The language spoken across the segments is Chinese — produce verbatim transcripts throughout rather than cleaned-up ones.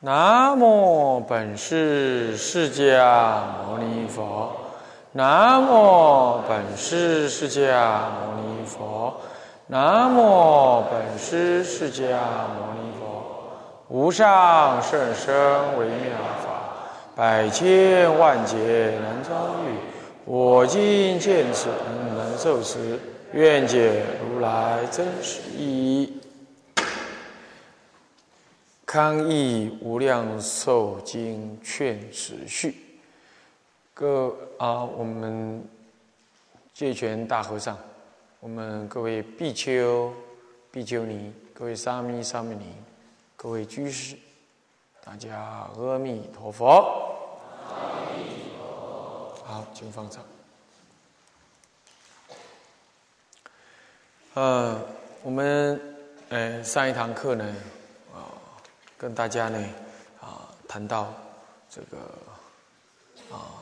南无本师释迦牟尼佛。南无本师释迦牟尼佛。南无本师释迦牟尼佛。无上甚深微妙法，百千万劫难遭遇。我今见此能受持，愿解如来真实义。康义无量寿经劝持序。各啊，我们戒权大和尚，我们各位比丘、比丘尼，各位沙弥、沙弥尼，各位居士，大家阿弥陀佛。阿弥陀佛。好，请放掌。呃，我们呃上一堂课呢，跟大家呢啊谈到这个啊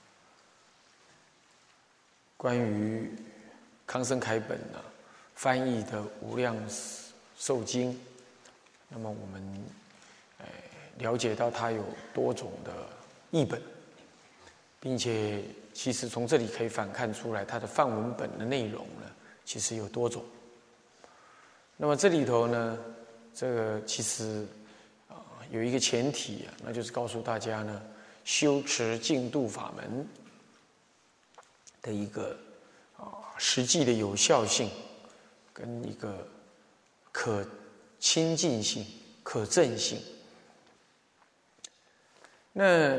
关于康生凯本呢翻译的《无量寿经》，那么我们呃了解到它有多种的译本，并且其实从这里可以反看出来它的梵文本的内容呢其实有多种。那么这里头呢，这个其实有一个前提啊，那就是告诉大家呢，修持净土法门的一个啊实际的有效性，跟一个可亲近性、可证性。那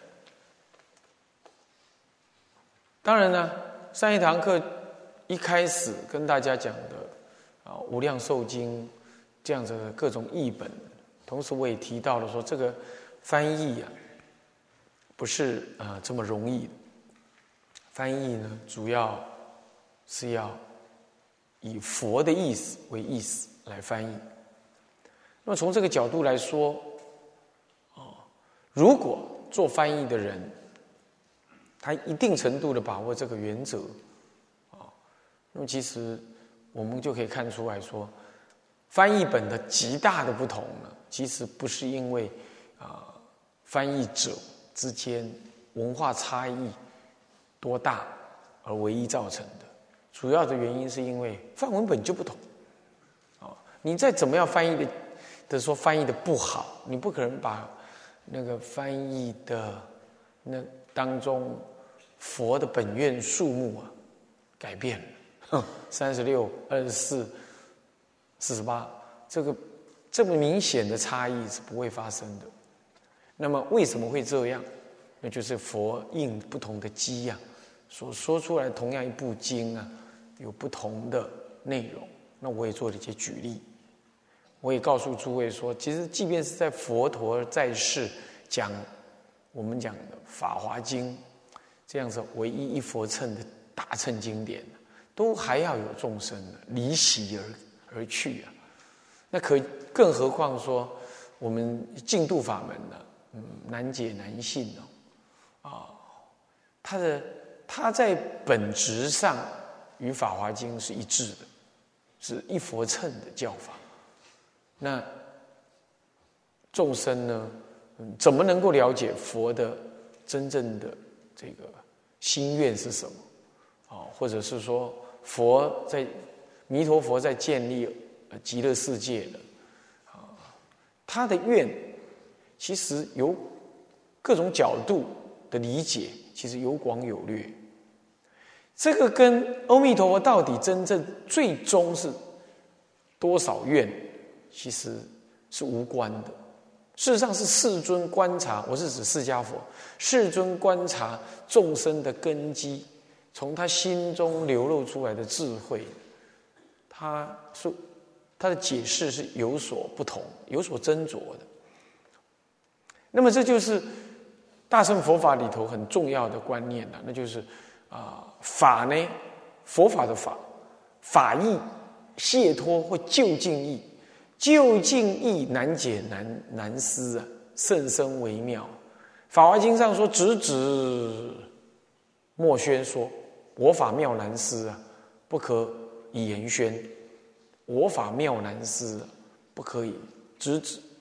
当然呢，上一堂课一开始跟大家讲的啊《无量寿经》这样子的各种译本。同时，我也提到了说，这个翻译啊，不是啊、呃、这么容易的。翻译呢，主要是要以佛的意思为意思来翻译。那么从这个角度来说，哦，如果做翻译的人，他一定程度的把握这个原则，啊、哦，那么其实我们就可以看出来说，翻译本的极大的不同呢。其实不是因为啊、呃、翻译者之间文化差异多大而唯一造成的，主要的原因是因为梵文本就不同啊、哦。你再怎么样翻译的的说翻译的不好，你不可能把那个翻译的那当中佛的本愿数目啊改变了，三十六、二十四、四十八，这个。这么明显的差异是不会发生的。那么为什么会这样？那就是佛应不同的机啊，所说出来同样一部经啊，有不同的内容。那我也做了一些举例，我也告诉诸位说，其实即便是在佛陀在世讲我们讲的《法华经》这样子唯一一佛乘的大乘经典，都还要有众生离席而而去啊。那可更何况说我们净土法门呢、啊，嗯，难解难信哦，啊，它的它在本质上与《法华经》是一致的，是一佛乘的教法。那众生呢，嗯，怎么能够了解佛的真正的这个心愿是什么？啊，或者是说佛在弥陀佛在建立极乐世界的啊，他的愿其实有各种角度的理解，其实有广有略。这个跟阿弥陀佛到底真正最终是多少愿，其实是无关的。事实上是世尊观察，我是指释迦佛，世尊观察众生的根基，从他心中流露出来的智慧，他是。它的解释是有所不同、有所斟酌的。那么这就是大乘佛法里头很重要的观念了，那就是啊、呃，法呢，佛法的法，法义、解脱或究竟义，究竟义难解难难思啊，甚深微妙。《法华经》上说：“直指莫宣说，我法妙难思啊，不可以言宣。”我法妙难思，不可以直指。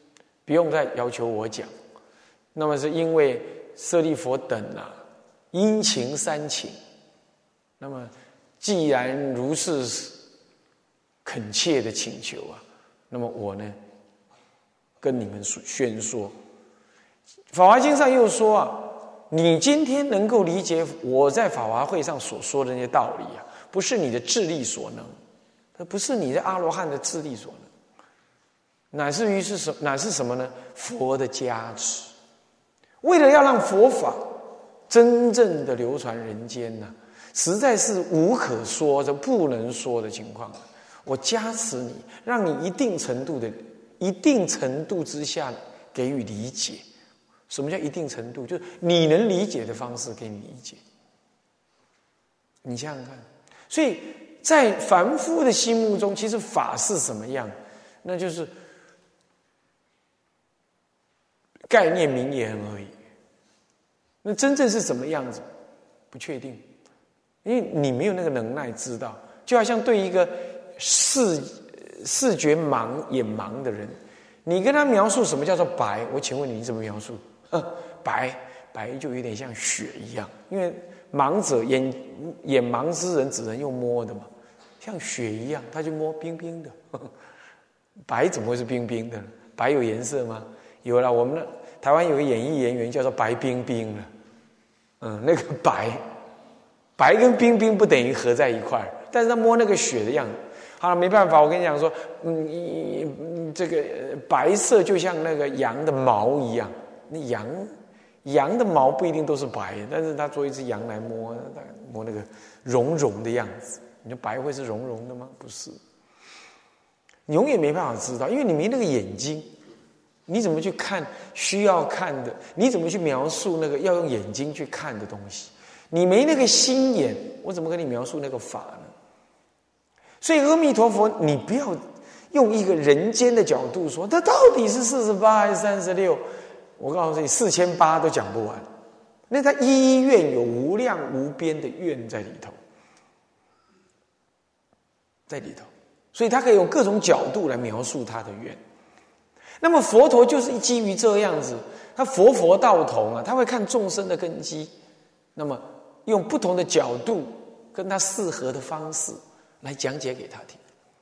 不用再要求我讲。那么是因为舍利弗等啊，殷勤三请。那么既然如是恳切的请求啊，那么我呢，跟你们宣说。法华经上又说啊，你今天能够理解我在法华会上所说的那些道理啊，不是你的智力所能，这不是你的阿罗汉的智力所能，乃至于是什乃是什么呢？佛的加持。为了要让佛法真正的流传人间呢、啊，实在是无可说，这不能说的情况，我加持你，让你一定程度的、一定程度之下给予理解。什么叫一定程度？就是你能理解的方式给你理解。你想想看，所以在凡夫的心目中，其实法是什么样？那就是概念名言而已。那真正是什么样子，不确定，因为你没有那个能耐知道。就好像对一个视视觉盲、眼盲的人，你跟他描述什么叫做白，我请问你，你怎么描述？呃，白白就有点像雪一样，因为盲者眼眼盲之人只能用摸的嘛，像雪一样，他就摸冰冰的。呵呵，白怎么会是冰冰的呢？白有颜色吗？有了，我们的台湾有个演艺演员叫做白冰冰了。嗯，那个白，白跟冰冰不等于合在一块儿，但是他摸那个雪的样子，好了，没办法，我跟你讲说，嗯，嗯这个白色就像那个羊的毛一样，那羊羊的毛不一定都是白的，但是他做一只羊来摸，摸那个绒绒的样子，你说白会是绒绒的吗？不是，你永远没办法知道，因为你没那个眼睛。你怎么去看需要看的？你怎么去描述那个要用眼睛去看的东西？你没那个心眼，我怎么跟你描述那个法呢？所以阿弥陀佛，你不要用一个人间的角度说，它到底是四十八还是三十六？我告诉你，四千八都讲不完。那他一一愿有无量无边的愿在里头，在里头，所以他可以用各种角度来描述他的愿。那么佛陀就是基于这样子，他佛佛道同啊，他会看众生的根基，那么用不同的角度跟他适合的方式来讲解给他听。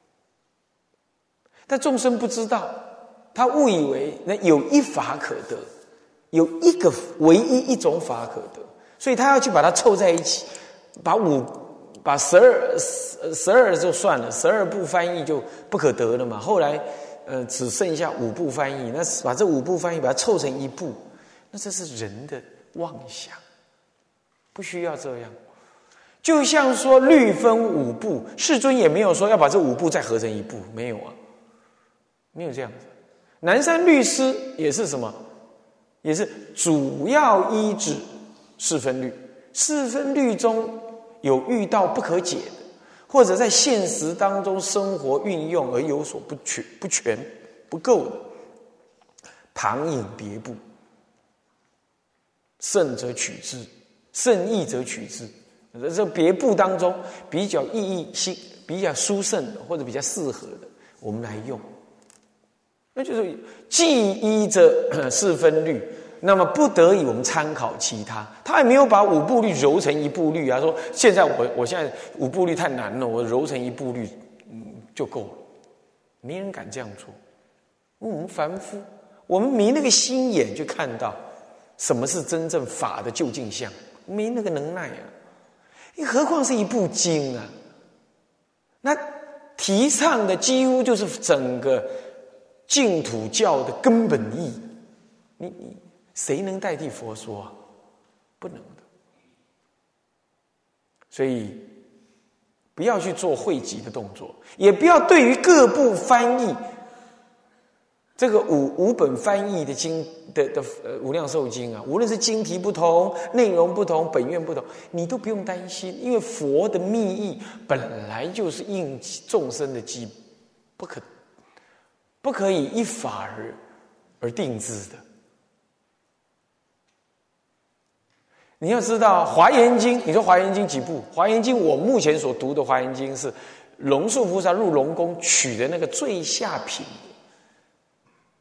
但众生不知道，他误以为那有一法可得，有一个唯一一种法可得，所以他要去把它凑在一起，把五把十二十十二就算了，十二部翻译就不可得了嘛。后来呃，只剩下五部翻译，那把这五部翻译把它凑成一部，那这是人的妄想，不需要这样。就像说律分五部，世尊也没有说要把这五部再合成一部，没有啊，没有这样子。南山律师也是什么？也是主要依止四分律，四分律中有遇到不可解的，或者在现实当中生活运用而有所不全、不全、不够的，旁引别部，胜则取之，胜义则取之。这别部当中比较意义性、比较殊胜的，或者比较适合的，我们来用。那就是既依着四分律，那么不得已我们参考其他，他也没有把五部律揉成一部律啊，说现在我我现在五部律太难了，我揉成一部律嗯就够了，没人敢这样做。我们凡夫，我们没那个心眼去看到什么是真正法的究竟相，没那个能耐啊，何况是一部经啊？那提倡的几乎就是整个净土教的根本意，你你。谁能代替佛说啊？不能的。所以不要去做汇集的动作，也不要对于各部翻译这个五五本翻译的经的的呃无量寿经啊，无论是经题不同、内容不同、本愿不同，你都不用担心，因为佛的密意本来就是应众生的机，不可不可以一法而而定制的。你要知道《华严经》，你说《华严经》几部？《华严经》我目前所读的《华严经》是龙树菩萨入龙宫取的那个最下品，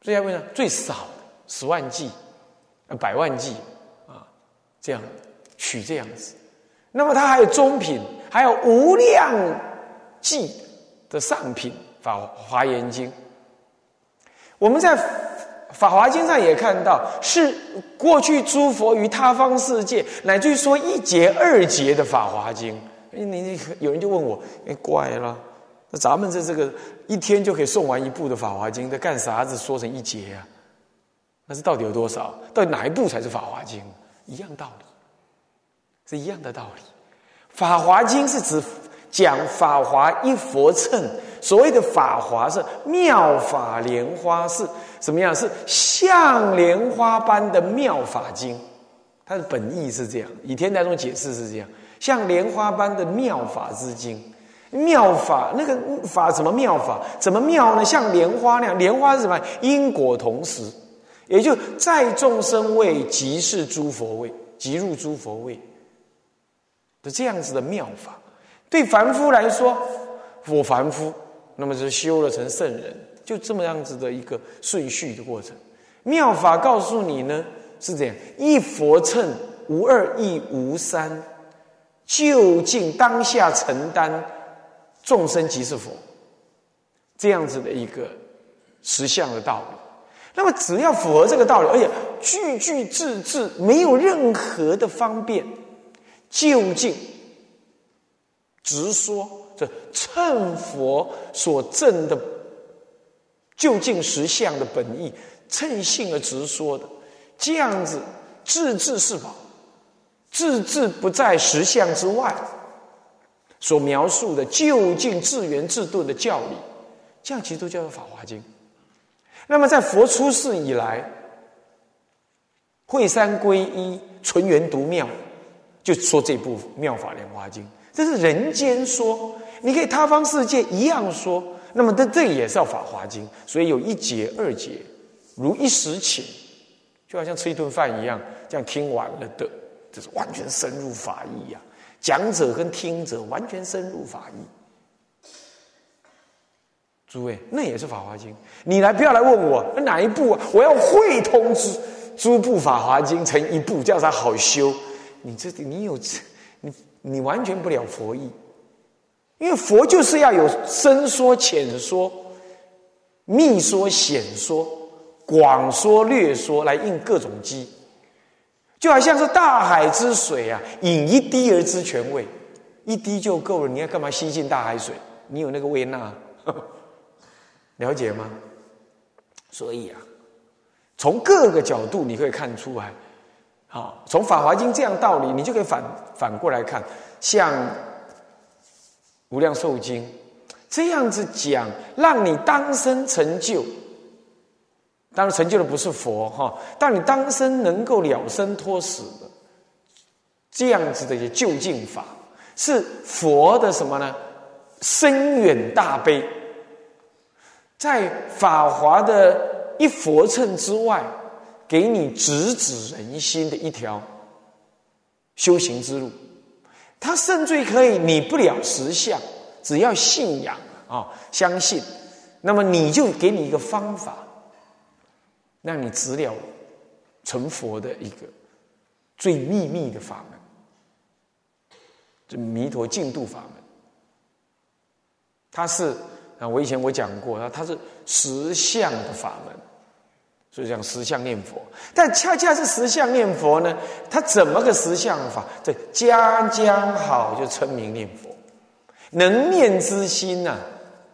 所以要问呢，最少十万计，呃，百万计啊，这样取这样子。那么它还有中品，还有无量计的上品《法华严经》。我们在《法华经》上也看到，是过去诸佛于他方世界，乃至于说一劫、二劫的《法华经》。你你有人就问我，哎，怪了，那咱们这这个一天就可以诵完一部的《法华经》，在干啥子说成一劫啊？那是到底有多少？到底哪一部才是《法华经》？一样道理，是一样的道理。《法华经》是指讲法华一佛乘，所谓的法华是妙法莲花，是什么样？是像莲花般的妙法经。它的本意是这样，以天台宗解释是这样，像莲花般的妙法之经。妙法那个法怎么妙法？怎么妙呢？像莲花那样，莲花是什么？因果同时，也就在众生位即是诸佛位，即入诸佛位的这样子的妙法。对凡夫来说，我凡夫，那么就修了成圣人，就这么样子的一个顺序的过程。妙法告诉你呢，是这样：一佛乘，无二亦无三，究竟当下承担，众生即是佛，这样子的一个实相的道理。那么只要符合这个道理，而且句句字字没有任何的方便，究竟直说，这乘佛所证的究竟实相的本意，乘性而直说的，这样子字字是宝，字字不在实相之外，所描述的究竟自圆自顿的教理，这样其实都叫做《法华经》。那么在佛出世以来，会三归一，纯元独妙，就说这部《妙法莲华经》。这是人间说，你可以他方世界一样说，那么这这也是要《法华经》，所以有一劫、二劫，如一时请，就好像吃一顿饭一样，这样听完了的，这是完全深入法义呀、啊。讲者跟听者完全深入法义。诸位，那也是《法华经》。你来不要来问我哪一部啊？我要会通诸诸部《法华经》成一部，叫它好修。你这你有你你完全不了佛意，因为佛就是要有深说、浅说、密说、显说、广说、略说来应各种机。就好像是大海之水啊，饮一滴而知全味，一滴就够了，你要干嘛吸进大海水？你有那个胃纳，了解吗？所以啊，从各个角度你可以看出来，好，从《法华经》这样道理，你就可以反反过来看，像《无量寿经》这样子讲，让你当生成就。当然成就的不是佛哈，但你当生能够了生脱死的这样子的一些究竟法，是佛的什么呢？深远大悲，在法华的一佛乘之外，给你直指人心的一条修行之路。他甚至可以你不了实相，只要信仰啊，相信，那么你就给你一个方法。让你直了成佛的一个最秘密的法门，这弥陀净土法门，它是啊，我以前我讲过，它是实相的法门，所以讲实相念佛。但恰恰是实相念佛呢，它怎么个实相法？这家家好就称名念佛，能念之心啊，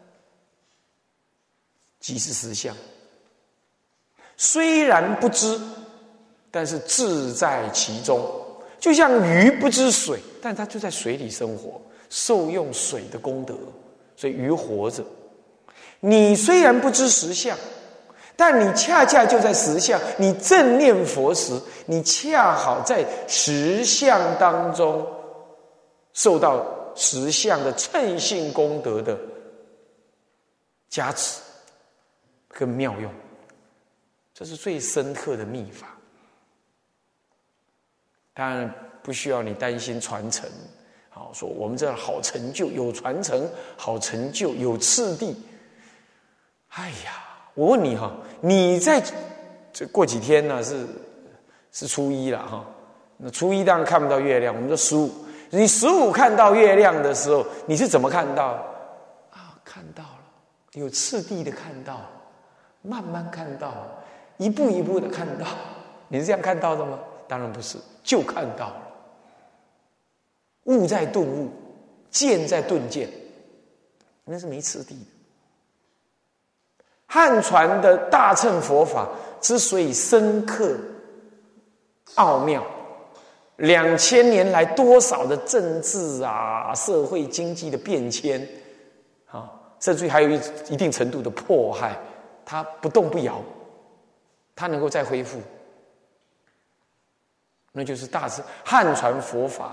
即是实相。虽然不知，但是自在其中，就像鱼不知水，但它就在水里生活，受用水的功德，所以鱼活着。你虽然不知实相，但你恰恰就在实相，你正念佛时，你恰好在实相当中受到实相的称性功德的加持跟妙用。这是最深刻的秘法，当然不需要你担心传承。好，说我们这好成就，有传承，好成就，有次第。哎呀， 我问你哈，你在这过几天呢？是是初一了哈。那初一当然看不到月亮，我们说十五。你十五看到月亮的时候，你是怎么看到啊？看到了，有次第的看到，慢慢看到，一步一步的看到。你是这样看到的吗？当然不是，就看到了。悟在顿悟，见在顿见，那是没次第的。汉传的大乘佛法之所以深刻奥妙，两千年来多少的政治啊、社会经济的变迁啊，甚至于还有一一定程度的迫害，它不动不摇，它能够再恢复，那就是大乘汉传佛法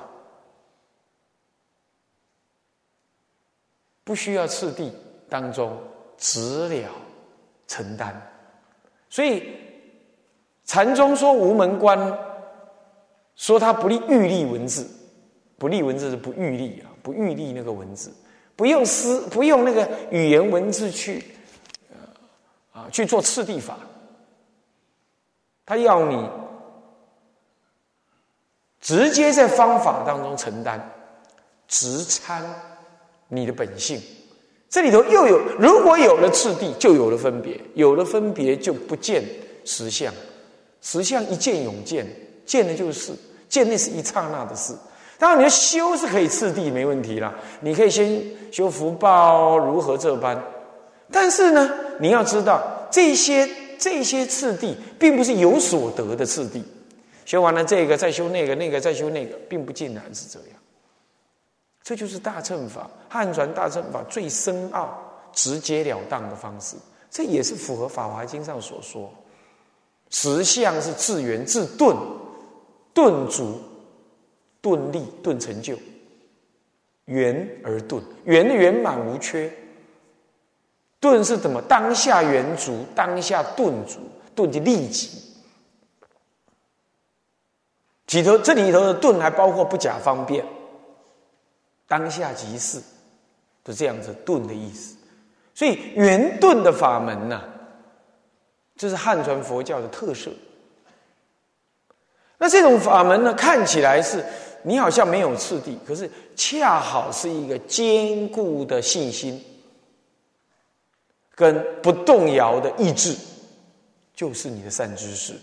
不需要次第当中直了承担。所以禅宗说无门观，说他不立欲立文字，不立文字是不欲立啊，不欲立那个文字，不用思，不用那个语言文字去呃啊去做次第法，他要你直接在方法当中承担，直参你的本性。这里头又有，如果有了次第，就有了分别，有了分别就不见实相，实相一见永见，见的就是，见那是一刹那的事。当然你的修是可以次第没问题啦，你可以先修福报如何这般，但是呢，你要知道这些这些次第并不是有所得的次第，修完了这个再修那个，那个再修那个，并不尽然是这样。这就是大乘法，汉传大乘法最深奥、直截了当的方式。这也是符合《法华经》上所说，实相是自圆自顿，顿足、顿立、顿成就，圆而顿，圆的圆满无缺。顿是怎么？当下圆足，当下顿足，顿就立即。里头这里头的顿还包括不假方便。当下即是，就这样子顿的意思。所以圆顿的法门呢、啊，这是汉传佛教的特色。那这种法门呢，看起来是你好像没有次第，可是恰好是一个坚固的信心跟不动摇的意志，就是你的善知识。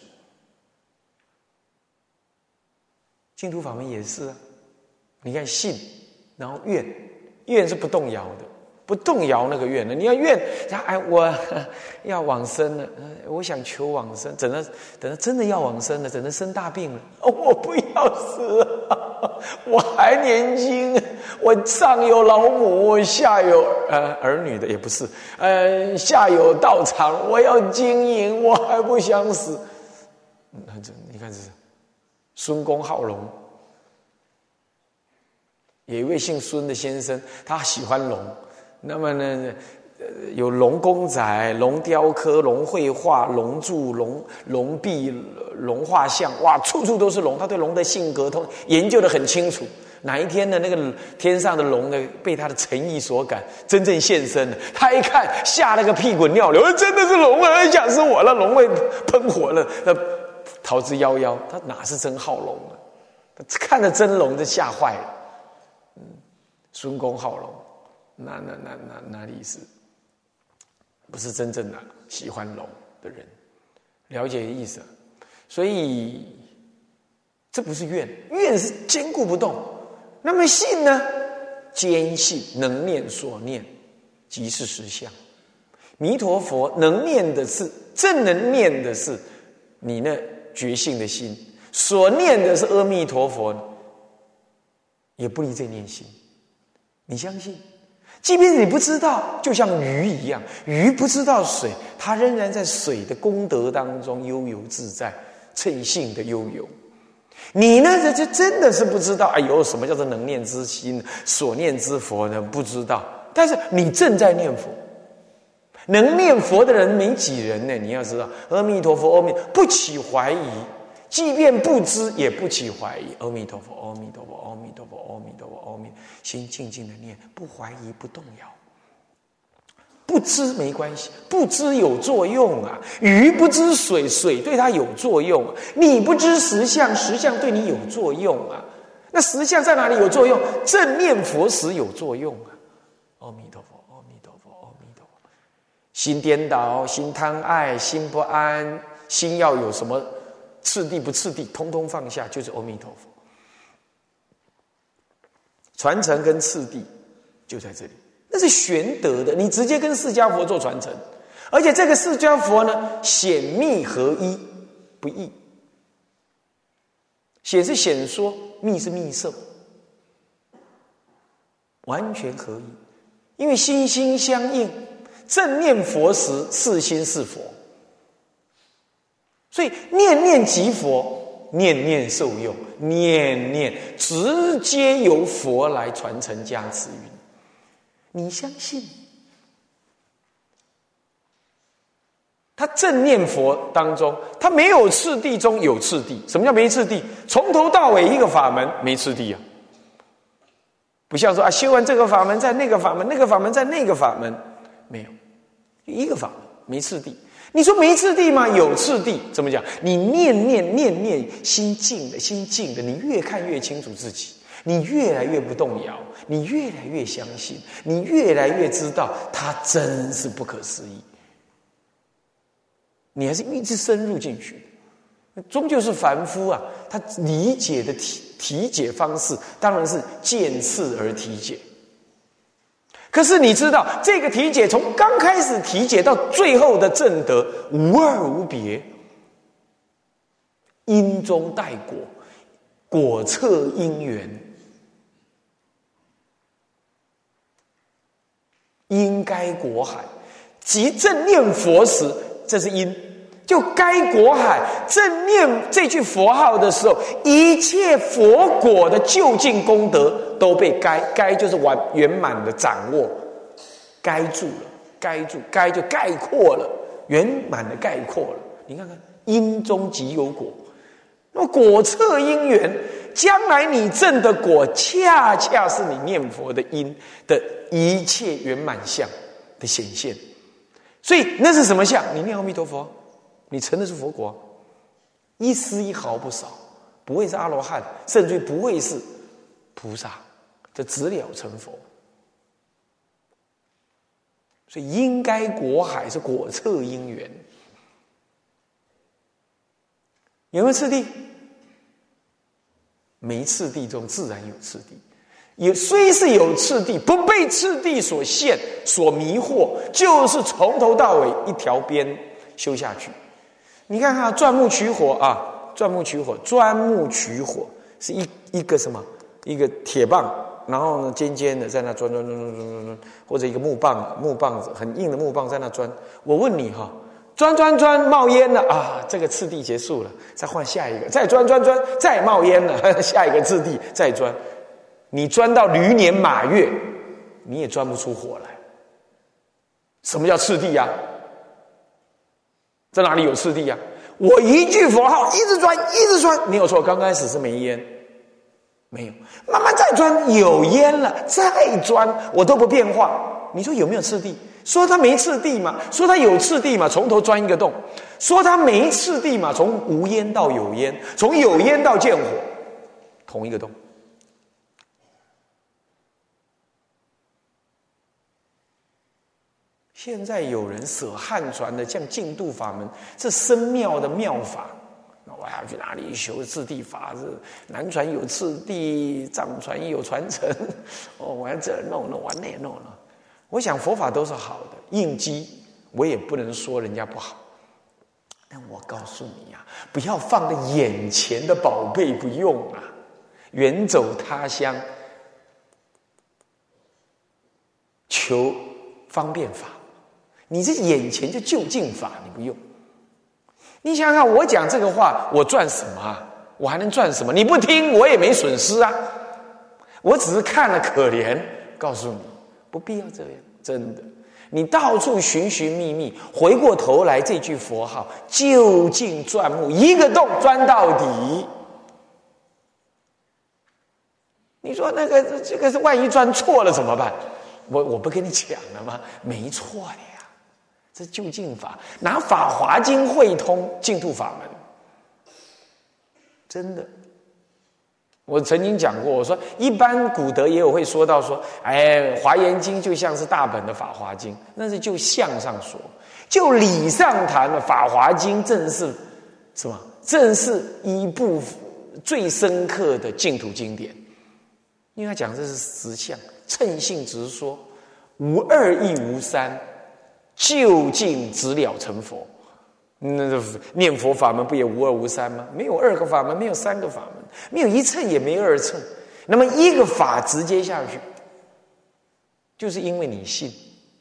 净土法门也是啊，你看信。然后愿，愿是不动摇的，不动摇那个愿呢？你要愿，哎，我要往生了，我想求往生，等到等到真的要往生了，等到生大病了，哦，我不要死了，我还年轻，我上有老母，下有呃儿女的也不是，呃下有道场，我要经营，我还不想死。你看这是孙公好龙。有一位姓孙的先生，他喜欢龙，那么呢，呃，有龙公仔、龙雕刻、龙绘画、龙柱、龙龙壁、龙画像，哇，处处都是龙。他对龙的性格都研究得很清楚。哪一天呢，那个天上的龙呢，被他的诚意所感，真正现身了。他一看，吓了个屁滚尿流，真的是龙啊！想是我了，龙会喷火了，那逃之夭夭。他哪是真好龙啊？他看了真龙就吓坏了。孙公好龙，那那那那哪里是不是真正的喜欢龙的人？了解意思，所以这不是愿，愿是坚固不动。那么信呢？坚信能念所念，即是实相。弥陀佛能念的是正能念的是你那觉性的心，所念的是阿弥陀佛，也不离这念心。你相信，即便你不知道，就像鱼一样，鱼不知道水，它仍然在水的功德当中悠游自在，称性的悠游。你呢，这就真的是不知道，哎呦，什么叫做能念之心，所念之佛呢？不知道，但是你正在念佛，能念佛的人没几人呢。你要知道，阿弥陀佛，阿弥不起怀疑。即便不知，也不起怀疑。阿弥陀佛，阿弥陀佛，阿弥陀佛，阿弥陀佛，阿弥，心静静的念，不怀疑，不动摇， 不知没关系，不知有作用啊。鱼不知水，水对它有作用啊。你不知实相，实相对你有作用啊。那实相在哪里有作用？正念佛时有作用啊。阿弥陀佛，阿弥陀佛，阿弥陀佛。心颠倒，心贪爱，心不安，心要有什么次第不次第，通通放下，就是阿弥陀佛。传承跟次第就在这里，那是玄德的，你直接跟释迦佛做传承，而且这个释迦佛呢，显密合一，不异。显是显说，密是密授，完全合一。因为心心相应，正念佛时，是心是佛，所以念念即佛。念念受用，念念直接由佛来传承加持于你。你相信？他正念佛当中，他没有次第中有次第。什么叫没次第？从头到尾一个法门没次第啊！不像说啊，修完这个法门在那个法门，那个法门在那个法门，没有，一个法门没次第。你说没次第吗？有次第。怎么讲？你念念念念，心静的，心静的，你越看越清楚自己，你越来越不动摇，你越来越相信，你越来越知道它真是不可思议。你还是一直深入进去，终究是凡夫啊，他理解的体体解方式当然是渐次而体解。可是你知道，这个体解从刚开始体解到最后的正德，无二无别，因中带果，果测因缘，因该果海，即正念佛时，这是因，就该果海。正念这句佛号的时候，一切佛果的究竟功德都被该，该就是完圆满的掌握，该住了，该住，该就概括了，圆满的概括了。你看看，因中即有果，那么果测因缘，将来你证的果，恰恰是你念佛的因的一切圆满相的显现。所以那是什么相？你念阿弥陀佛，你成的是佛果，一丝一毫不少，不会是阿罗汉，甚至不会是菩萨，这直了成佛。所以应该果海是果测因缘，有没有次第？没次第中自然有次第，也虽是有次第，不被次第所限、所迷惑，就是从头到尾一条边修下去。你看看钻木取火啊，钻木取火，钻木取火是一一个什么？一个铁棒，然后呢尖尖的在那钻钻钻钻钻钻，或者一个木棒，木棒子很硬的木棒在那钻。我问你哈，钻钻钻冒烟了啊，这个次第结束了，再换下一个，再钻钻钻，再冒烟了，下一个次第再钻。你钻到驴年马月，你也钻不出火来。什么叫次第呀、啊？在哪里有次第呀、啊？我一句佛号一直钻，一直钻，没有错。刚开始是没烟，没有，慢慢再钻有烟了，再钻，我都不变化。你说有没有次第？说它没次第嘛？说它有次第嘛？从头钻一个洞。说它没次第嘛？从无烟到有烟，从有烟到见火，同一个洞。现在有人舍汉传的像净土法门，这深妙的妙法，那我要去哪里修次第法？是南传有次第，藏传有传承。哦，我要这弄弄，我那弄弄。我想佛法都是好的，应机我也不能说人家不好。但我告诉你啊，不要放在眼前的宝贝不用啊，远走他乡求方便法。你这眼前就就近法，你不用。你想想看，我讲这个话，我赚什么啊？我还能赚什么？你不听，我也没损失啊。我只是看了可怜，告诉你，不必要这样，真的。你到处寻寻觅觅，回过头来，这句佛号就近钻木，一个洞钻到底。你说那个这个是万一钻错了怎么办？ 我我不跟你讲了吗？没错的呀，这究竟法，拿《法华经》汇通净土法门，真的。我曾经讲过，我说一般古德也有会说到说，哎，《华严经》就像是大本的《法华经》，那是就相上说，就理上谈的《法华经》正是什么？正是一部最深刻的净土经典，因为他讲这是实相，称性直说，无二亦无三，究竟直了成佛。那念佛法门不也无二无三吗？没有二个法门，没有三个法门，没有一乘也没有二乘。那么一个法直接下去，就是因为你信。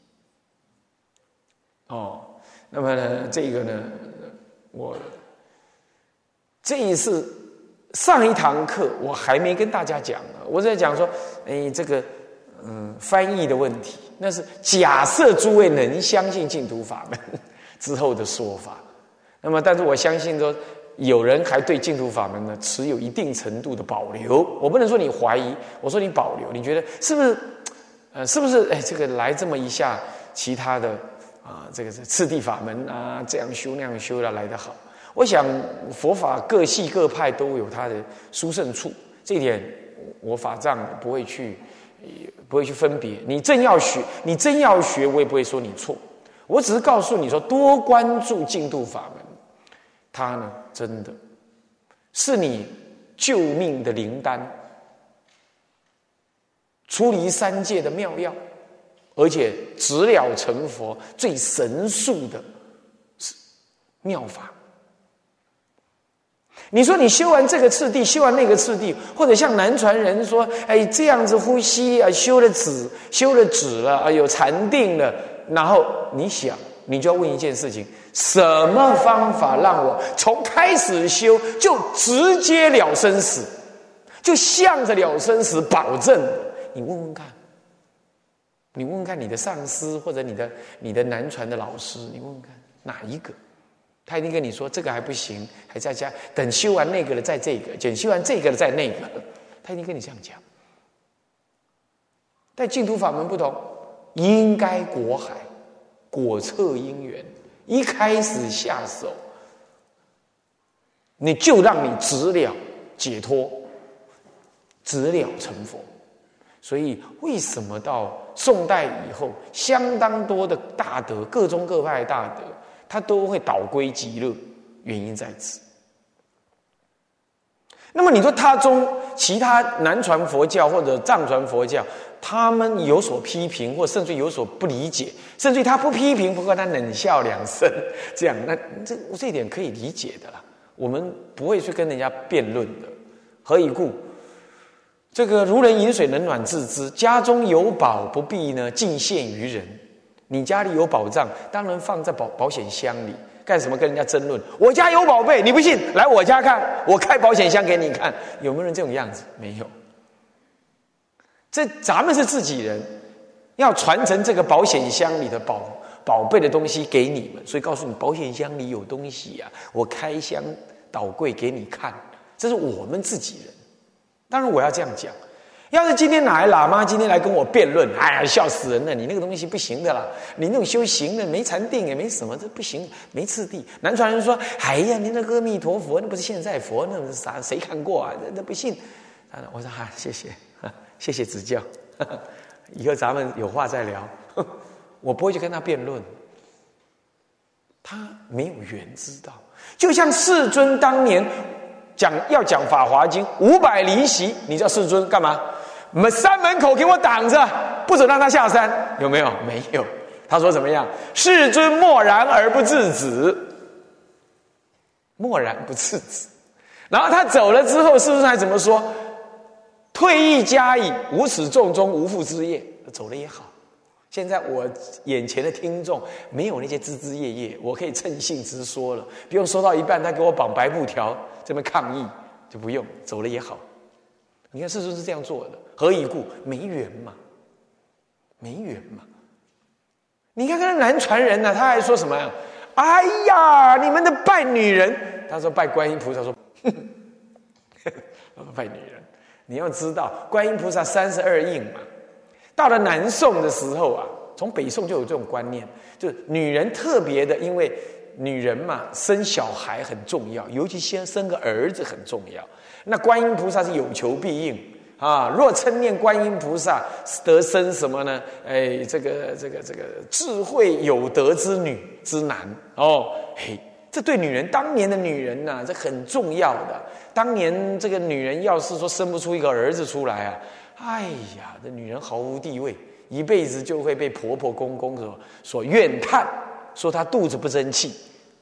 哦，那么呢，这个呢，我这一次上一堂课我还没跟大家讲呢，我在讲说，哎，这个嗯翻译的问题，那是假设诸位能相信净土法门之后的说法。那么，但是我相信说，有人还对净土法门呢持有一定程度的保留。我不能说你怀疑，我说你保留。你觉得是不是？呃，是不是？哎，这个来这么一下，其他的啊，这个是次第法门啊，这样修那样修了来得好。我想佛法各系各派都有它的殊胜处，这一点我法藏不会去不会去分别。你真要学，你真要学，我也不会说你错。我只是告诉你说，多关注净土法门。它呢，真的是你救命的灵丹，出离三界的妙药，而且直了成佛最神速的妙法。你说你修完这个次第，修完那个次第，或者像南传人说，哎，这样子呼吸啊，修了止，修了止了啊，有禅定了，然后你想。你就要问一件事情：什么方法让我从开始修就直接了生死，就向着了生死保证？你问问看，你问问看你的上司或者你的你的南传的老师，你问问看哪一个？他一定跟你说这个还不行，还在家等修完那个了再这个，等修完这个了再那个，他一定跟你这样讲。但净土法门不同，应该果海。果测因缘，一开始下手，你就让你直了解脱，直了成佛。所以，为什么到宋代以后，相当多的大德，各宗各派的大德，他都会导归极乐？原因在此。那么，你说他中其他南传佛教或者藏传佛教，他们有所批评，或甚至有所不理解，甚至他不批评，不过他冷笑两声，这样，那这这一点可以理解的啦。我们不会去跟人家辩论的。何以故？这个如人饮水，冷暖自知。家中有宝，不必呢尽献于人。你家里有宝藏，当然放在保保险箱里。干什么跟人家争论？我家有宝贝，你不信？来我家看，我开保险箱给你看。有没有人这种样子？没有。这咱们是自己人，要传承这个保险箱里的宝宝贝的东西给你们，所以告诉你保险箱里有东西啊，我开箱倒柜给你看，这是我们自己人。当然我要这样讲，要是今天哪来喇嘛今天来跟我辩论，哎呀，笑死人了！你那个东西不行的啦，你那种修行的没禅定也没什么，这不行，没次第。南传人说，哎呀，你那阿弥陀佛那不是现在佛，那是啥？谁看过啊？那不信。我说哈、啊，谢谢，谢谢指教，以后咱们有话再聊。我不会去跟他辩论，他没有缘知道。就像世尊当年讲要讲《法华经》五百离席，你知道世尊干嘛？门山门口给我挡着，不准让他下山，有没有？没有。他说怎么样？世尊默然而不制止，默然不制止。然后他走了之后，世尊还怎么说？退意加矣，无始众中无复之业。走了也好。现在我眼前的听众没有那些枝枝叶叶，我可以趁兴直说了，不用说到一半他给我绑白布条这边抗议，就不用，走了也好。你看世尊是这样做的，何以故？没缘嘛，没缘嘛。你看看南传人呢、啊，他还说什么呀？哎呀，你们的拜女人，他说拜观音菩萨说，呵呵拜女人。你要知道，观音菩萨三十二应嘛， 到了南宋的时候啊，从北宋就有这种观念，就是女人特别的，因为女人嘛，生小孩很重要，尤其先生个儿子很重要。那观音菩萨是有求必应啊！若称念观音菩萨，得生什么呢？哎，这个这个这个智慧有德之女之男哦，嘿，这对女人当年的女人呐、啊，这很重要的。当年这个女人要是说生不出一个儿子出来啊，哎呀，这女人毫无地位，一辈子就会被婆婆公公所所怨叹，说她肚子不争气。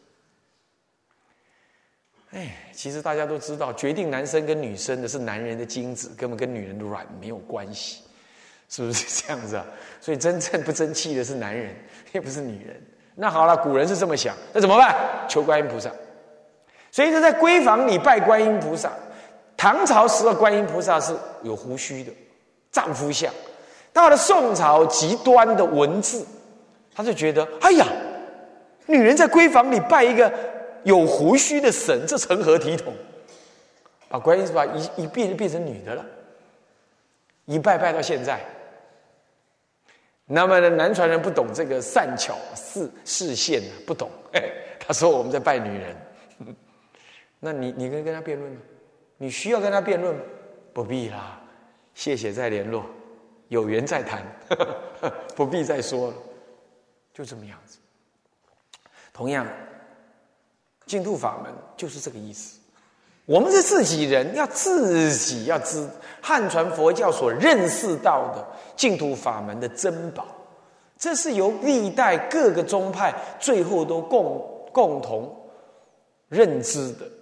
哎，其实大家都知道，决定男生跟女生的是男人的精子，根本跟女人的卵没有关系，是不是这样子啊？所以真正不争气的是男人，也不是女人。那好了，古人是这么想，那怎么办？求观音菩萨。所以就在闺房里拜观音菩萨。唐朝时的观音菩萨是有胡须的丈夫相，到了宋朝极端的文字，他就觉得，哎呀，女人在闺房里拜一个有胡须的神，这成何体统？把观音菩萨一一变就变成女的了，一拜拜到现在。那么呢，南传人不懂这个善巧视视线，不懂，他说我们在拜女人。那你你跟跟他辩论吗？你需要跟他辩论吗？不必啦，谢谢再联络，有缘再谈，不必再说了，就这么样子。同样，净土法门就是这个意思。我们是自己人，要自己要知汉传佛教所认识到的净土法门的珍宝，这是由历代各个宗派最后都共共同认知的。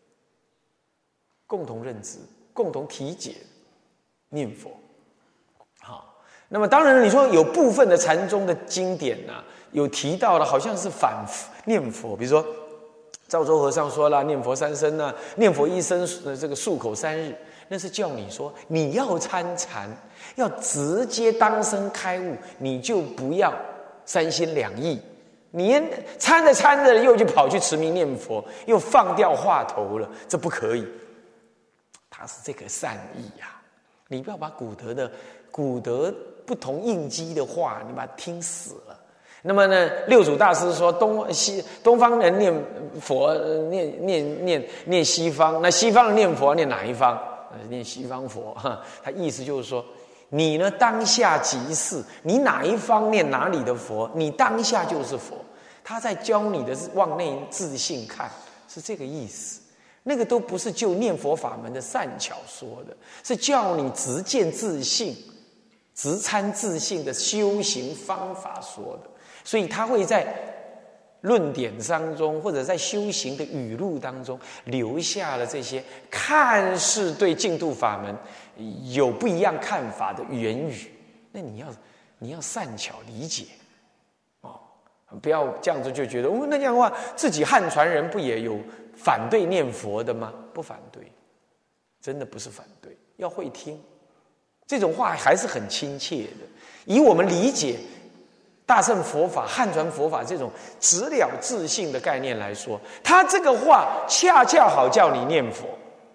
共同认知、共同体解念佛。好，那么当然，你说有部分的禅宗的经典啊，有提到的，好像是反念佛，比如说赵州和尚说了，念佛三生啊，念佛一生，这个漱口三日，那是叫你说你要参禅，要直接当生开悟，你就不要三心两意。你参着参着又就跑去持名念佛，又放掉话头了，这不可以。他是这个善意呀、啊，你不要把古德的古德不同应机的话，你把它听死了。那么呢，六祖大师说东西东方人念佛，念念念念西方，那西方人念佛念哪一方？念西方佛。他意思就是说，你呢当下即是，你哪一方念哪里的佛，你当下就是佛。他在教你的是往内自信看，是这个意思。那个都不是就念佛法门的善巧说的，是叫你直见自性、直参自性的修行方法说的。所以他会在论点当中，或者在修行的语录当中，留下了这些看似对净土法门有不一样看法的言语。那你要你要善巧理解哦，不要这样子就觉得，哦，那这样的话，自己汉传人不也有反对念佛的吗？不反对，真的不是反对，要会听。这种话还是很亲切的。以我们理解大乘佛法、汉传佛法这种直了自性的概念来说，他这个话恰恰好叫你念佛，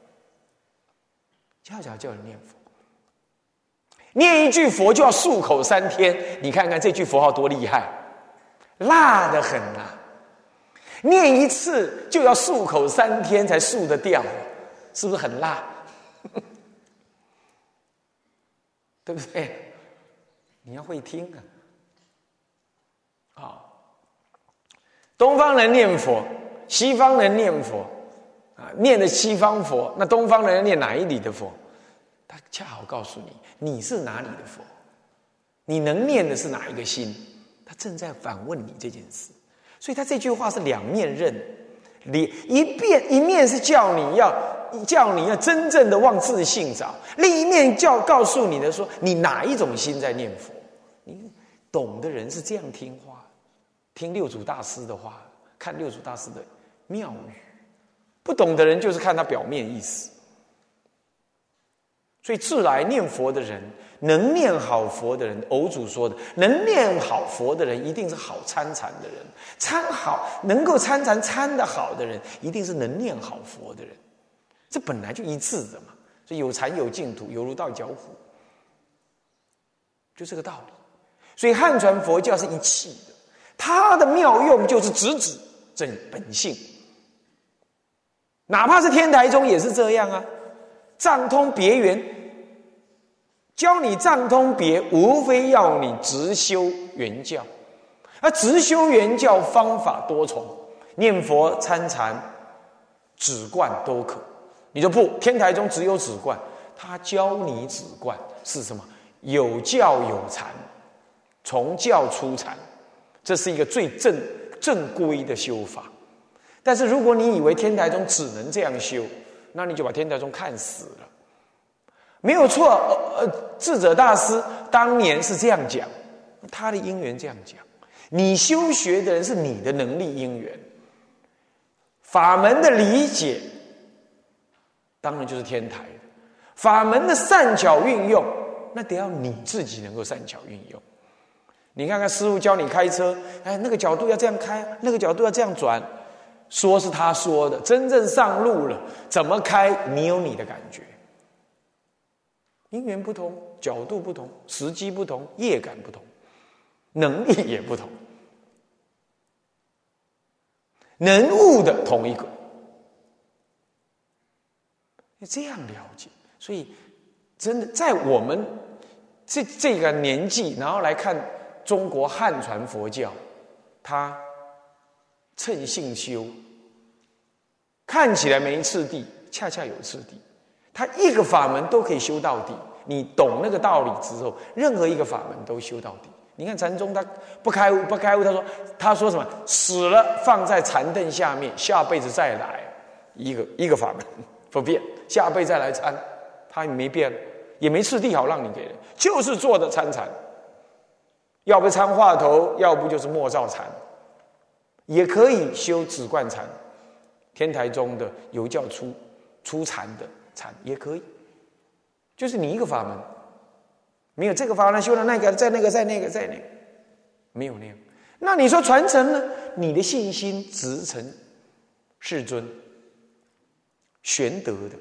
恰恰叫你念佛。念一句佛就要漱口三天，你看看这句佛号多厉害，辣得很啊！念一次就要漱口三天才漱得掉，是不是很辣？对不对？你要会听啊！好，东方人念佛，西方人念佛啊，念的西方佛，那东方人念哪一里的佛？他恰好告诉你，你是哪里的佛，你能念的是哪一个心？他正在反问你这件事。所以他这句话是两面刃，一边一面是叫你要叫你要真正的往自性找，另一面叫告诉你的说，你哪一种心在念佛？你懂的人是这样听话，听六祖大师的话，看六祖大师的妙语；不懂的人就是看他表面意思。所以自来念佛的人，能念好佛的人，偶主说的，能念好佛的人，一定是好参禅的人。参好，能够参禅参得好的人，一定是能念好佛的人。这本来就一致的嘛。所以有禅有净土，犹如到脚虎。 就这个道理。所以汉传佛教是一气的，它的妙用就是直指这本性。哪怕是天台宗也是这样啊，藏通别圆，教你藏通别，无非要你直修圆教。而直修圆教方法多重，念佛、参禅、止观都可。你说不，天台宗只有止观，他教你止观是什么？有教有禅，从教出禅，这是一个最正正规的修法。但是如果你以为天台宗只能这样修，那你就把天台宗看死了。没有错，呃，智者大师当年是这样讲，他的因缘这样讲。你修学的人是你的能力因缘，法门的理解当然就是天台的，法门的善巧运用，那得要你自己能够善巧运用。你看看师父教你开车，哎，那个角度要这样开，那个角度要这样转，说是他说的，真正上路了怎么开，你有你的感觉。因缘不同，角度不同，时机不同，业感不同，能力也不同，能悟的同一个，这样了解。所以真的在我们这这个年纪，然后来看中国汉传佛教，他趁性修，看起来没次第，恰恰有次第。他一个法门都可以修到底，你懂那个道理之后，任何一个法门都修到底。你看禅宗他不开悟，不开悟，他说他说什么？死了放在禅凳下面，下辈子再来，一个一个法门不变，下辈子再来参，他也没变，也没次第好让你给人，就是做的参禅，要不参话头，要不就是默照禅，也可以修止观禅，天台宗的有教出出禅的禅也可以，就是你一个法门。没有这个法门修了那个，再那个，再那个，再那个，没有那样。那你说传承呢？你的信心直承世尊玄德的，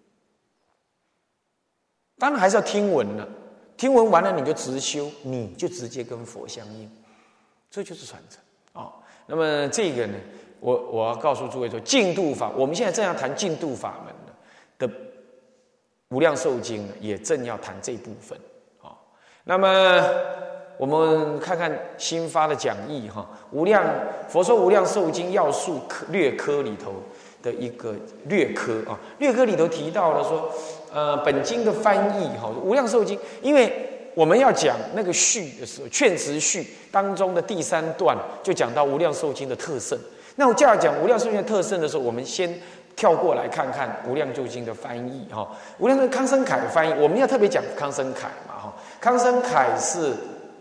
当然还是要听闻了。听闻完了你就直修，你就直接跟佛相应，这就是传承啊、哦。那么这个呢，我我要告诉诸位说，净土法，我们现在正要谈净土法门的无量寿经呢，也正要谈这部分。那么我们看看新发的讲义哈，无量佛说无量寿经要素略科里头的一个略科啊，略科里头提到了说，呃，本经的翻译哈，无量寿经，因为我们要讲那个序的时候，劝词序当中的第三段就讲到无量寿经的特色。那我这样讲无量寿经的特色的时候，我们先跳过来看看无量寿经的翻译哈。无量寿康生凯的翻译，我们要特别讲康生凯嘛哈。康生凯是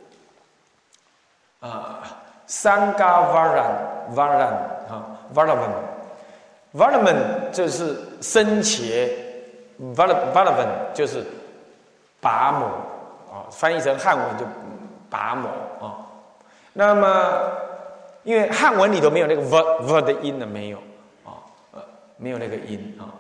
啊 ，Sangavaran Varan 哈 Valavan Valavan 就是生茄 Valavan 就是拔摩啊，翻译成汉文就拔摩啊。那么因为汉文里头没有那个 v v 的音呢，没有啊，呃，没有那个音啊。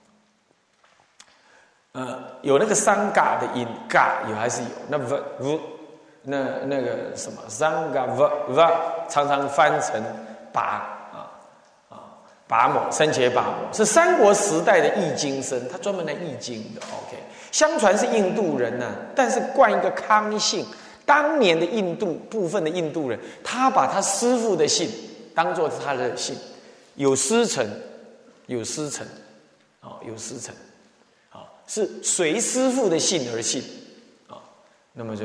呃，有那个三嘎的音，嘎有还是有，那 v v 那那个什么三嘎 v v 常常翻成拔啊啊拔摩生茄拔摩，是三国时代的译经生，他专门来译经的。OK， 相传是印度人呢、啊，但是冠一个康姓，当年的印度部分的印度人，他把他师父的姓当作是他的姓，有师承，有师承，啊、哦，有师承。是随师父的姓而姓啊，那么就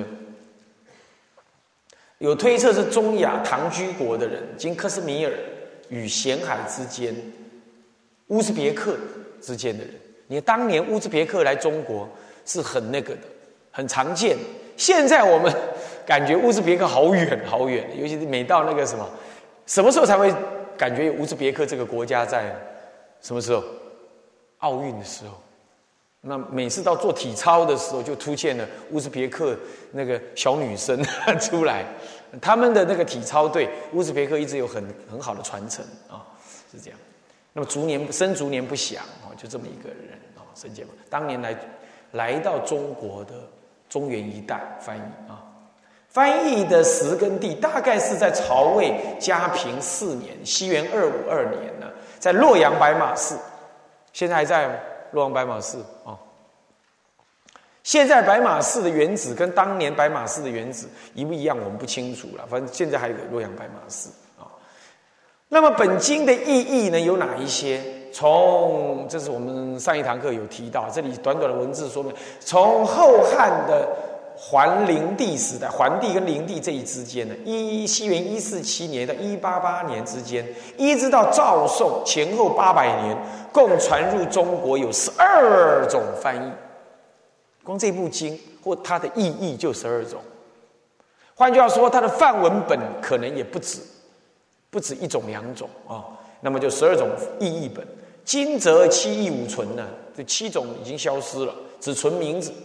有推测是中亚唐居国的人，经克什米尔与咸海之间，乌兹别克之间的人。你当年乌兹别克来中国是很那个的，很常见。现在我们感觉乌兹别克好远好远，尤其是每到那个什么，什么时候才会感觉有乌兹别克这个国家在？什么时候？奥运的时候。那每次到做体操的时候，就出现了乌兹别克那个小女生出来，他们的那个体操队，乌兹别克一直有很很好的传承啊，是这样。那么逐年生逐年不详啊，就这么一个人啊，生节当年来来到中国的中原一带翻译啊。翻译的时跟地大概是在曹魏嘉平四年，西元二五二年呢，在洛阳白马寺，现在还在吗？洛阳白马寺啊。现在白马寺的原址跟当年白马寺的原址一不一样，我们不清楚了。反正现在还有个洛阳白马寺啊。那么本经的意义呢，有哪一些？从这是我们上一堂课有提到，这里短短的文字说明，从后汉的桓灵帝时代，桓帝跟灵帝这一之间呢，一西元一四七年到一八八年之间，一直到赵宋前后八百年，共传入中国有十二种翻译。光这部经或它的意义就十二种。换句话说，它的范文本可能也不止，不止一种两种啊、哦。那么就十二种意译本。今则七义五存呢，这七种已经消失了，只存名字。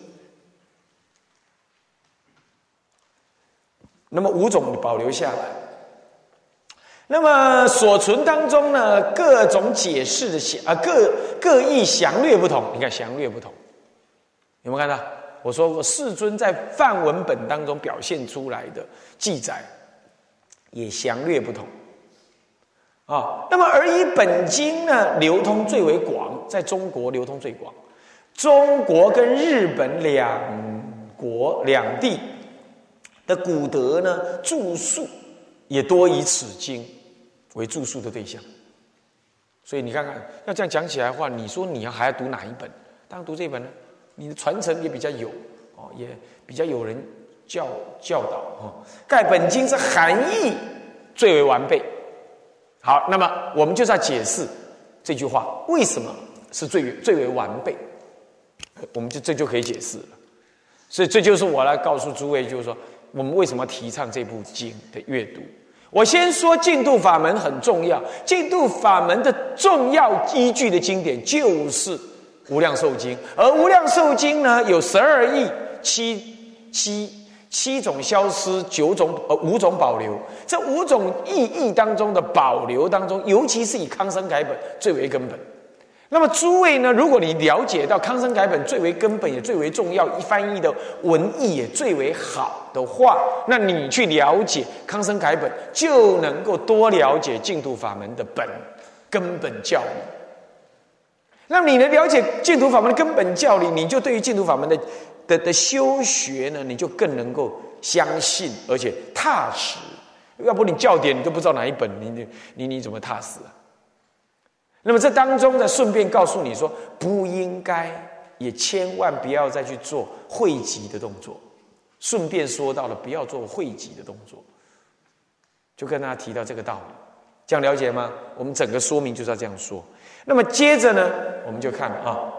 那么五种保留下来。那么所存当中呢，各种解释的详啊，各各义详略不同。你看详略不同，有没有看到？我说过，世尊在范文本当中表现出来的记载，也详略不同。啊，那么而以本经呢流通最为广，在中国流通最广。中国跟日本两国两地的古德呢著述也多以此经为著述的对象。所以你看看，要这样讲起来的话，你说你要还要读哪一本？当然读这本呢，你的传承也比较有哦，也比较有人教教导哦。盖本经是含义最为完备。好，那么我们就是要解释这句话为什么是最最为完备，我们就这就可以解释了。所以这就是我来告诉诸位，就是说我们为什么提倡这部经的阅读。我先说净土法门很重要，净土法门的重要依据的经典就是无量寿经，而无量寿经呢有十二义，七七。七种消失，九种呃五种保留。这五种意义当中的保留当中，尤其是以康生改本最为根本。那么诸位呢，如果你了解到康生改本最为根本，也最为重要，一翻译的文意也最为好的话，那你去了解康生改本，就能够多了解净土法门的本根本教理。那么你能了解净土法门的根本教理，你就对于净土法门的的的修学呢，你就更能够相信，而且踏实。要不你教典你都不知道哪一本，你你你你怎么踏实啊？那么这当中呢，顺便告诉你说，不应该，也千万不要再去做汇集的动作。顺便说到了，不要做汇集的动作，就跟大家提到这个道理，这样了解吗？我们整个说明就是要这样说。那么接着呢，我们就看啊。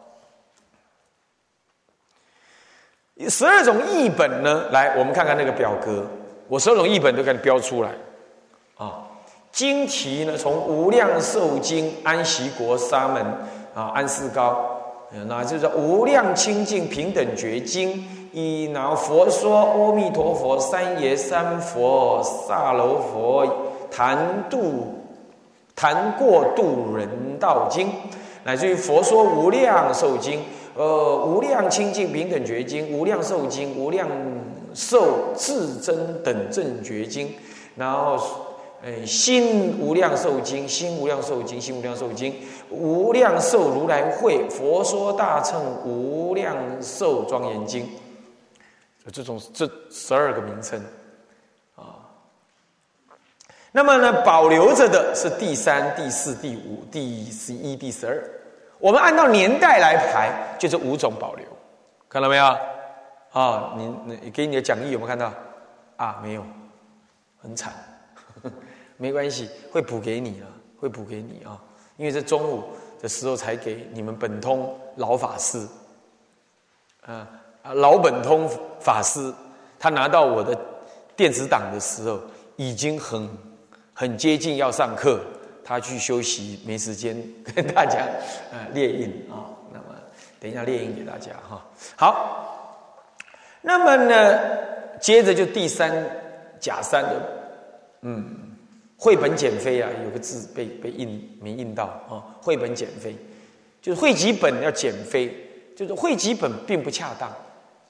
十二种译本呢，来，我们看看那个表格，我十二种译本都给你标出来啊。经题呢，从无量寿经安息国沙门啊安世高，那就是无量清净平等觉经，以脑佛说阿弥陀佛三耶三佛萨楼佛谈度谈过度人道经，乃至于佛说无量寿经。呃，无量清净平等觉经、无量寿经、无量寿至真等正觉经，然后，呃，新无量寿经、新无量寿经、新无量寿经、无量寿如来会佛说大乘无量寿庄严经，这种这十二个名称啊。那么呢，保留着的是第三、第四、第五、第十一、第十二。我们按照年代来排，就是五种保留，看到没有？啊，你你给你的讲义有没有看到？啊，没有，很惨，呵呵没关系，会补给你了，会补给你啊，因为这中午的时候才给你们本通老法师，啊啊，老本通法师，他拿到我的电子档的时候，已经很很接近要上课。他去休息，没时间跟大家呃列印啊。那么等一下列印给大家哈。好，那么呢，接着就第三甲三的，嗯，绘本减肥啊，有个字被被印没印到啊。绘本减肥就是汇集本要减肥，就是汇集本并不恰当。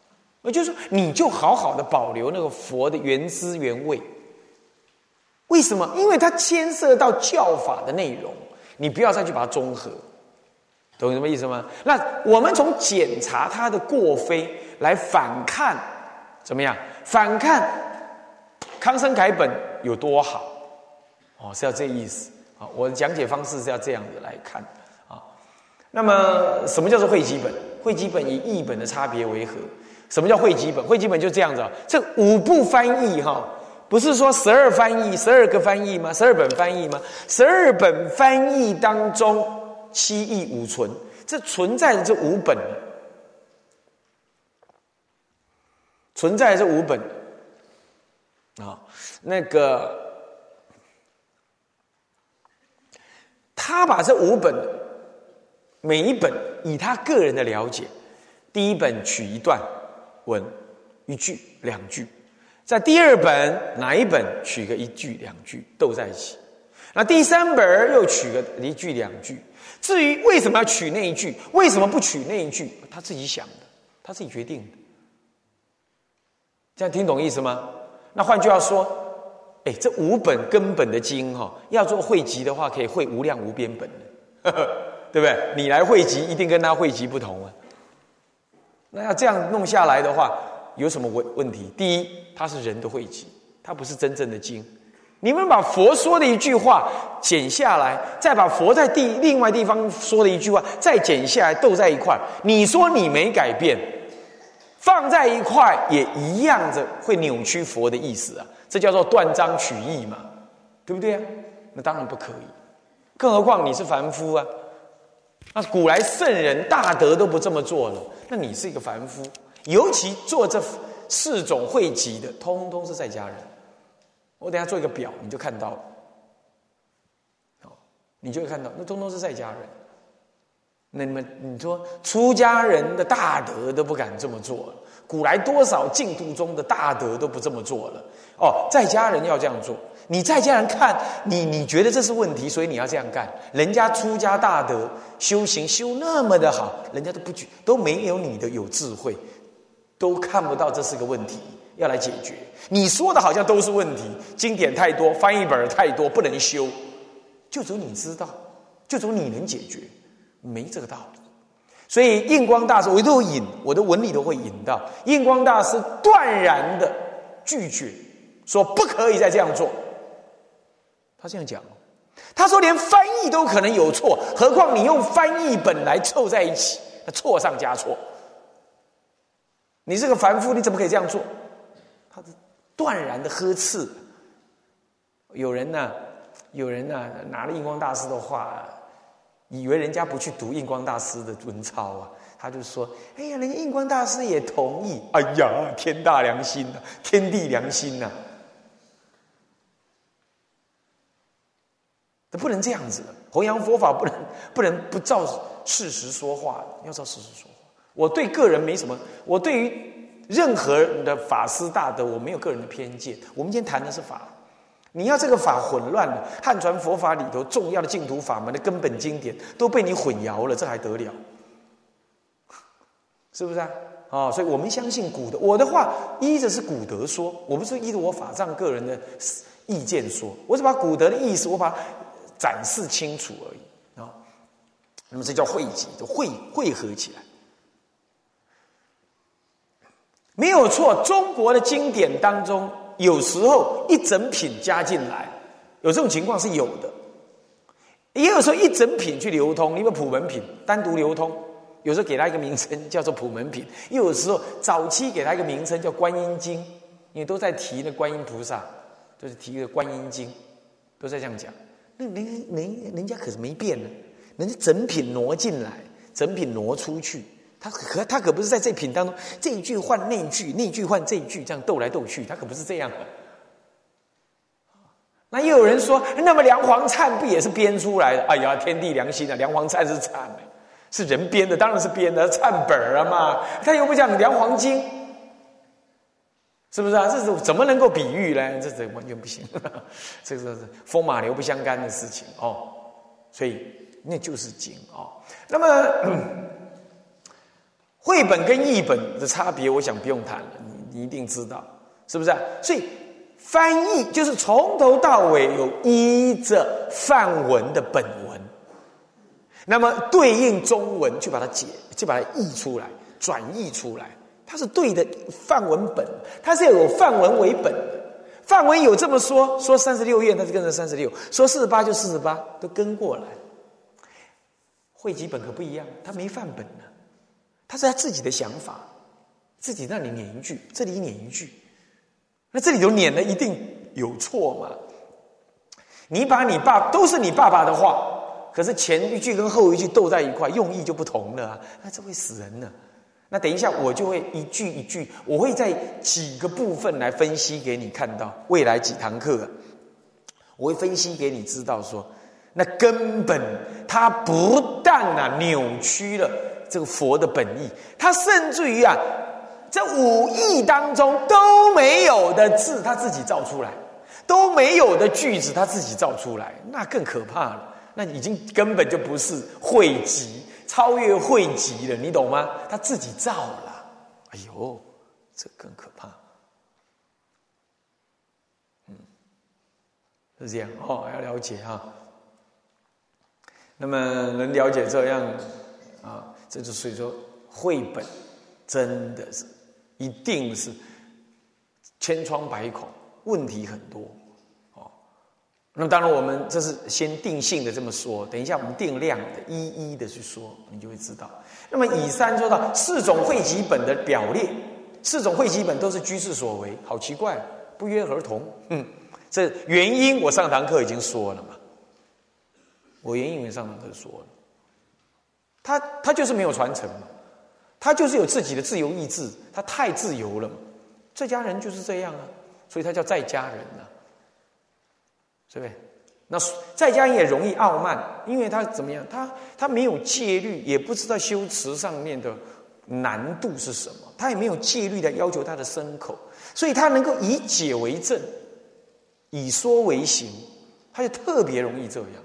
也就是说，你就好好的保留那个佛的原汁原味。为什么？因为它牵涉到教法的内容，你不要再去把它综合，懂什么意思吗？那我们从检查它的过非来反看，怎么样？反看康生楷本有多好，哦，是要这意思啊。我的讲解方式是要这样的来看啊。那么，什么叫做汇集本？汇集本以译本的差别为何？什么叫汇集本？汇集本就这样子啊。这五部翻译哈。不是说十二翻译，十二个翻译吗？十二本翻译吗？十二本翻译当中，七译五存，这存在的这五本，存在的这五本啊，那个他把这五本每一本以他个人的了解，第一本取一段文，一句两句。在第二本哪一本取个一句两句斗在一起，那第三本又取个一句两句。至于为什么要取那一句，为什么不取那一句，他自己想的，他自己决定的。这样听懂意思吗？那换句话说，哎，这五本根本的经哈、哦，要做汇集的话，可以汇无量无边本的，对不对？你来汇集，一定跟他汇集不同啊。那要这样弄下来的话，有什么问问题？第一，它是人的汇集，它不是真正的经。你们把佛说的一句话剪下来，再把佛在地另外地方说的一句话再剪下来斗在一块，你说你没改变，放在一块也一样的会扭曲佛的意思啊！这叫做断章取义嘛，对不对啊？那当然不可以，更何况你是凡夫啊！那古来圣人大德都不这么做了，那你是一个凡夫。尤其做这四种汇集的，通通是在家人。我等一下做一个表，你就看到了，你就会看到，那通通是在家人。那你们你说出家人的大德都不敢这么做了，古来多少净土中的大德都不这么做了。哦，在家人要这样做，你在家人看你，你觉得这是问题，所以你要这样干。人家出家大德修行修那么的好，人家都不觉都没有你的有智慧。都看不到这是个问题，要来解决。你说的好像都是问题，经典太多，翻译本太多，不能修。就只有你知道，就只有你能解决，没这个道理。所以印光大师，我都有引，我的文里都会引到。印光大师断然的拒绝，说不可以再这样做。他这样讲，他说连翻译都可能有错，何况你用翻译本来凑在一起，那错上加错。你是个凡夫，你怎么可以这样做？他是断然的呵斥。有人呢、啊，有人呢、啊、拿了印光大师的话，以为人家不去读印光大师的文钞啊，他就说：“哎呀，人家印光大师也同意。”哎呀，天大良心呐、啊，天地良心呐、啊，这不能这样子的。弘扬佛法不能不能不照事实说话，要照事实说话。我对个人没什么，我对于任何的法师大德，我没有个人的偏见。我们今天谈的是法，你要这个法混乱了，汉传佛法里头重要的净土法门的根本经典都被你混淆了，这还得了？是不是啊？哦，所以我们相信古德，我的话依着是古德说，我不是依着我法藏个人的意见说，我是把古德的意思我把它展示清楚而已啊、哦。那么这叫汇集，就汇汇合起来。没有错，中国的经典当中，有时候一整品加进来，有这种情况是有的。也有时候一整品去流通，因为普门品单独流通，有时候给它一个名称叫做普门品，又有时候早期给它一个名称叫观音经，因为都在提那观音菩萨，就是提一个观音经，都在这样讲。那人人人家可是没变呢，人家整品挪进来，整品挪出去。他可他可不是在这品当中，这一句换那一句，那一句换这一句，这样斗来斗去，他可不是这样的。那又有人说，那么梁皇忏不也是编出来的？哎呀，天地良心啊，梁皇忏是忏、欸，是人编的，当然是编的，忏本啊嘛。他又不讲梁皇经，是不是啊？这是怎么能够比喻呢？这这完全不行，这个是风马牛不相干的事情哦。所以那就是经哦。那么。嗯绘本跟译本的差别，我想不用谈了，你你一定知道，是不是啊？所以翻译就是从头到尾有依着梵文的本文，那么对应中文去把它解，去把它译出来，转译出来，它是对的梵文本，它是要有梵文为本的。梵文有这么说，说三十六愿，它就跟着三十六；说四十八就四十八，都跟过来。汇集本可不一样，他没范本呢，他是他自己的想法，自己那里撵一句，这里撵一句，那这里头撵了一定有错嘛？你把你爸都是你爸爸的话，可是前一句跟后一句斗在一块，用意就不同了啊，那这会死人呢。那等一下我就会一句一句，我会在几个部分来分析给你看到，未来几堂课、啊、我会分析给你知道说，那根本它不但啊扭曲了这个佛的本意，它甚至于啊这五义当中都没有的字，他自己造出来，都没有的句子他自己造出来，那更可怕了，那已经根本就不是汇集，超越汇集了，你懂吗？他自己造了，哎呦，这更可怕。嗯，是这样哦，要了解哈。那么能了解这样啊，这就所以说绘本真的是一定是千疮百孔，问题很多哦。那么当然我们这是先定性的这么说，等一下我们定量的一一的去说，你就会知道。那么以三说到四种汇集本的表列，四种汇集本都是居士所为，好奇怪，不约而同。嗯，这原因我上堂课已经说了嘛。我原因上堂课说了，他他就是没有传承嘛，他就是有自己的自由意志，他太自由了嘛。在家人就是这样啊，所以他叫在家人啊，对不对？那在家人也容易傲慢，因为他怎么样？他他没有戒律，也不知道修持上面的难度是什么，他也没有戒律来要求他的牲口，所以他能够以解为正，以说为行，他就特别容易这样。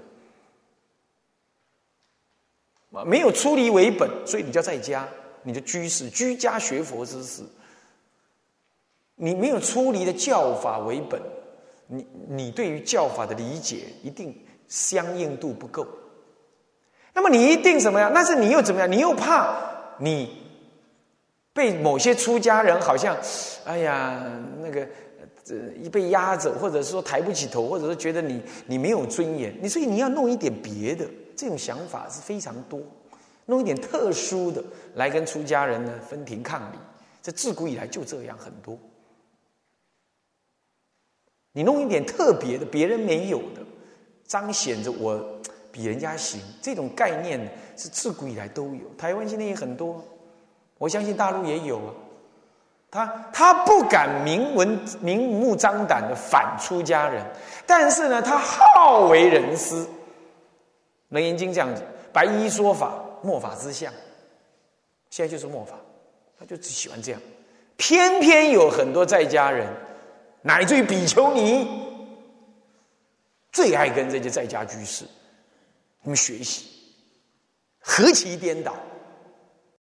没有出离为本，所以你叫在家，你的居士居家学佛之事。你没有出离的教法为本，你你对于教法的理解一定相应度不够。那么你一定怎么样？但是你又怎么样？你又怕你被某些出家人好像，哎呀，那个呃被压着，或者说抬不起头，或者说觉得你你没有尊严，你所以你要弄一点别的。这种想法是非常多，弄一点特殊的来跟出家人呢分庭抗礼，这自古以来就这样很多。你弄一点特别的，别人没有的，彰显着我比人家行，这种概念是自古以来都有，台湾现在也很多，我相信大陆也有啊。他他不敢明文明目张胆的反出家人，但是呢，他好为人师。《楞严经》这样子，白衣说法，末法之相。现在就是末法，他就只喜欢这样。偏偏有很多在家人，乃至于比丘尼，最爱跟这些在家居士你们学习，何其颠倒！